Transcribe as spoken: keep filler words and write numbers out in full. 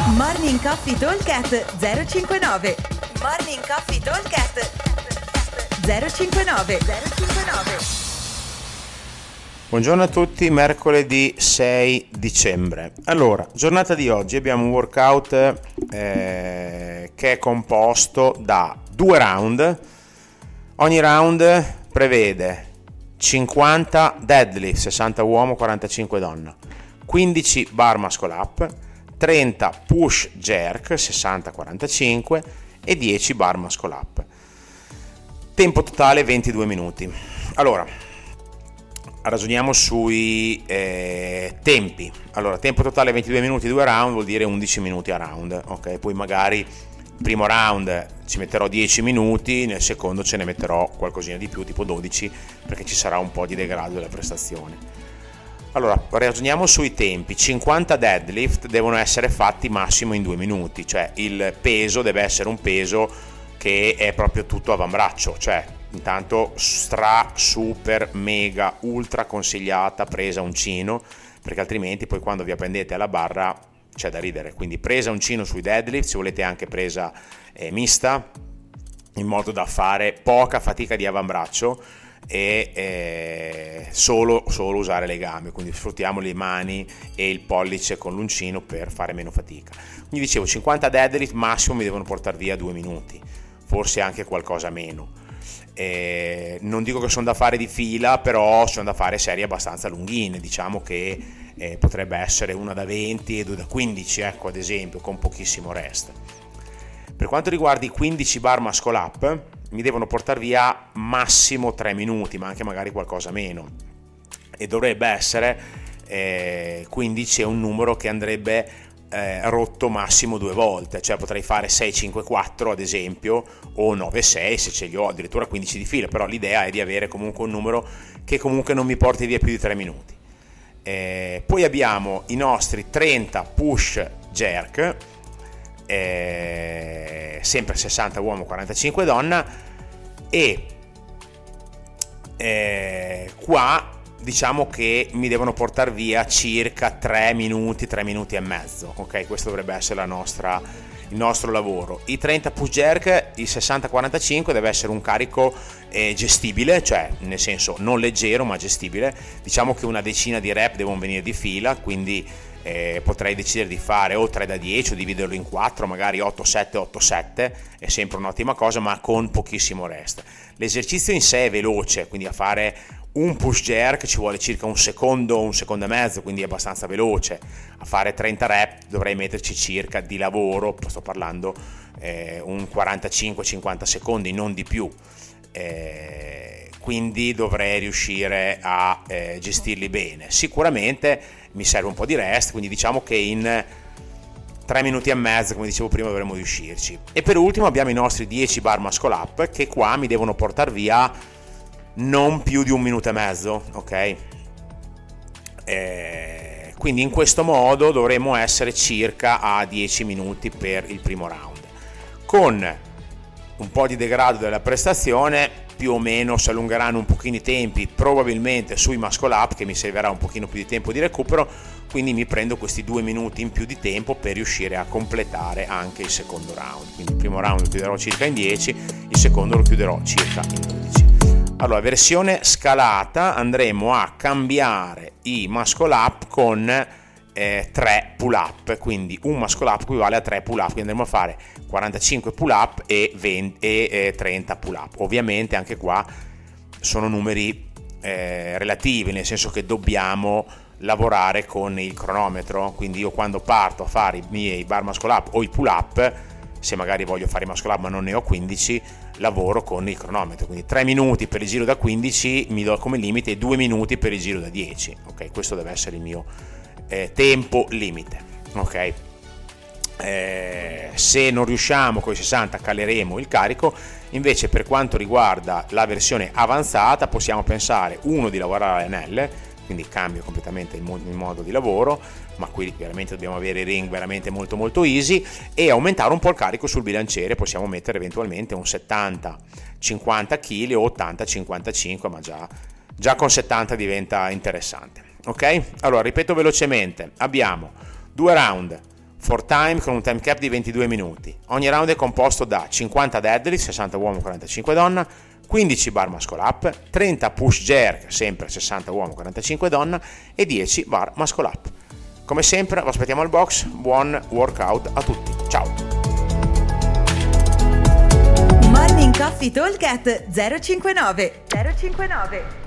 Morning Coffee Talkcast zero cinquantanove. Morning Coffee Talkcast zero cinquantanove. zero cinquantanove. Buongiorno a tutti, mercoledì sei dicembre. Allora, giornata di oggi abbiamo un workout eh, che è composto da due round. Ogni round prevede cinquanta deadlift, sessanta uomo, quarantacinque donna, quindici bar muscle up, trenta push jerk, sessanta quarantacinque e dieci bar muscle up. Tempo totale ventidue minuti. Allora, ragioniamo sui eh, tempi. Allora, tempo totale ventidue minuti, due round vuol dire undici minuti a round, ok? Poi magari il primo round ci metterò dieci minuti, nel secondo ce ne metterò qualcosina di più, tipo dodici, perché ci sarà un po' di degrado della prestazione. Allora, ragioniamo sui tempi. cinquanta deadlift devono essere fatti massimo in due minuti, cioè il peso deve essere un peso che è proprio tutto avambraccio, cioè intanto stra, super, mega, ultra consigliata presa uncino, perché altrimenti poi quando vi appendete alla barra c'è da ridere. Quindi presa uncino sui deadlift, se volete anche presa eh, mista, in modo da fare poca fatica di avambraccio e eh, solo, solo usare le gambe, quindi sfruttiamo le mani e il pollice con l'uncino per fare meno fatica. Quindi dicevo, cinquanta deadlift massimo mi devono portare via due minuti, forse anche qualcosa meno. Eh, non dico che sono da fare di fila, però sono da fare serie abbastanza lunghine, diciamo che eh, potrebbe essere una da venti e due da quindici, ecco, ad esempio, con pochissimo rest. Per quanto riguarda i quindici bar muscle up, mi devono portare via massimo tre minuti, ma anche magari qualcosa meno, e dovrebbe essere eh, quindici è un numero che andrebbe eh, rotto massimo due volte, cioè potrei fare sei cinque quattro ad esempio, o nove sei se ce li ho, addirittura quindici di fila, però l'idea è di avere comunque un numero che comunque non mi porti via più di tre minuti. Eh, poi abbiamo i nostri trenta push jerk, eh, sempre sessanta uomo, quarantacinque donna, e eh, qua diciamo che mi devono portare via circa tre minuti, tre minuti e mezzo, ok? Questo dovrebbe essere la nostra, il nostro lavoro. I trenta push jerk, il sessanta quarantacinque deve essere un carico eh, gestibile, cioè nel senso non leggero ma gestibile. Diciamo che una decina di rep devono venire di fila, quindi Eh, potrei decidere di fare o tre da dieci o dividerlo in quattro, magari otto sette otto sette, è sempre un'ottima cosa, ma con pochissimo rest. L'esercizio in sé è veloce, quindi a fare un push jerk ci vuole circa un secondo, un secondo e mezzo, quindi è abbastanza veloce. A fare trenta rep dovrei metterci circa di lavoro, sto parlando eh, un quarantacinque cinquanta secondi, non di più. Eh, quindi dovrei riuscire a eh, gestirli bene. Sicuramente mi serve un po' di rest, quindi diciamo che in tre minuti e mezzo, come dicevo prima, dovremmo riuscirci. E per ultimo abbiamo i nostri dieci bar muscle up, che qua mi devono portare via non più di un minuto e mezzo, ok? Eh, quindi in questo modo dovremmo essere circa a dieci minuti per il primo round, con un po' di degrado della prestazione. Più o meno si allungheranno un pochino i tempi, probabilmente sui muscle up, che mi servirà un pochino più di tempo di recupero, quindi mi prendo questi due minuti in più di tempo per riuscire a completare anche il secondo round. Quindi il primo round lo chiuderò circa in dieci, il secondo lo chiuderò circa in dodici. Allora, versione scalata, andremo a cambiare i muscle up con Eh, tre pull up, quindi un muscle up equivale a tre pull up, quindi andremo a fare quarantacinque pull up e, venti, e eh, trenta pull up. Ovviamente anche qua sono numeri eh, relativi, nel senso che dobbiamo lavorare con il cronometro, quindi io quando parto a fare i miei bar muscle up o i pull up, se magari voglio fare i muscle up ma non ne ho quindici, lavoro con il cronometro, quindi tre minuti per il giro da quindici mi do come limite e due minuti per il giro da dieci, ok? Questo deve essere il mio Eh, tempo limite, ok? Eh, se non riusciamo con i sessanta caleremo il carico. Invece per quanto riguarda la versione avanzata possiamo pensare uno di lavorare alle anelle, quindi cambio completamente il, mo- il modo di lavoro, ma qui veramente dobbiamo avere i ring veramente molto molto easy, e aumentare un po' il carico sul bilanciere. Possiamo mettere eventualmente un settanta cinquanta chili o ottanta cinquantacinque, ma già, già con settanta diventa interessante. Ok? Allora ripeto velocemente: abbiamo due round for time con un time cap di ventidue minuti. Ogni round è composto da cinquanta deadlift, sessanta uomo, quarantacinque donna, quindici bar muscle up, trenta push jerk, sempre sessanta uomo, quarantacinque donna, e dieci bar muscle up. Come sempre vi aspettiamo al box, buon workout a tutti, ciao! Morning Coffee Talk at zero cinquantanove zero cinquantanove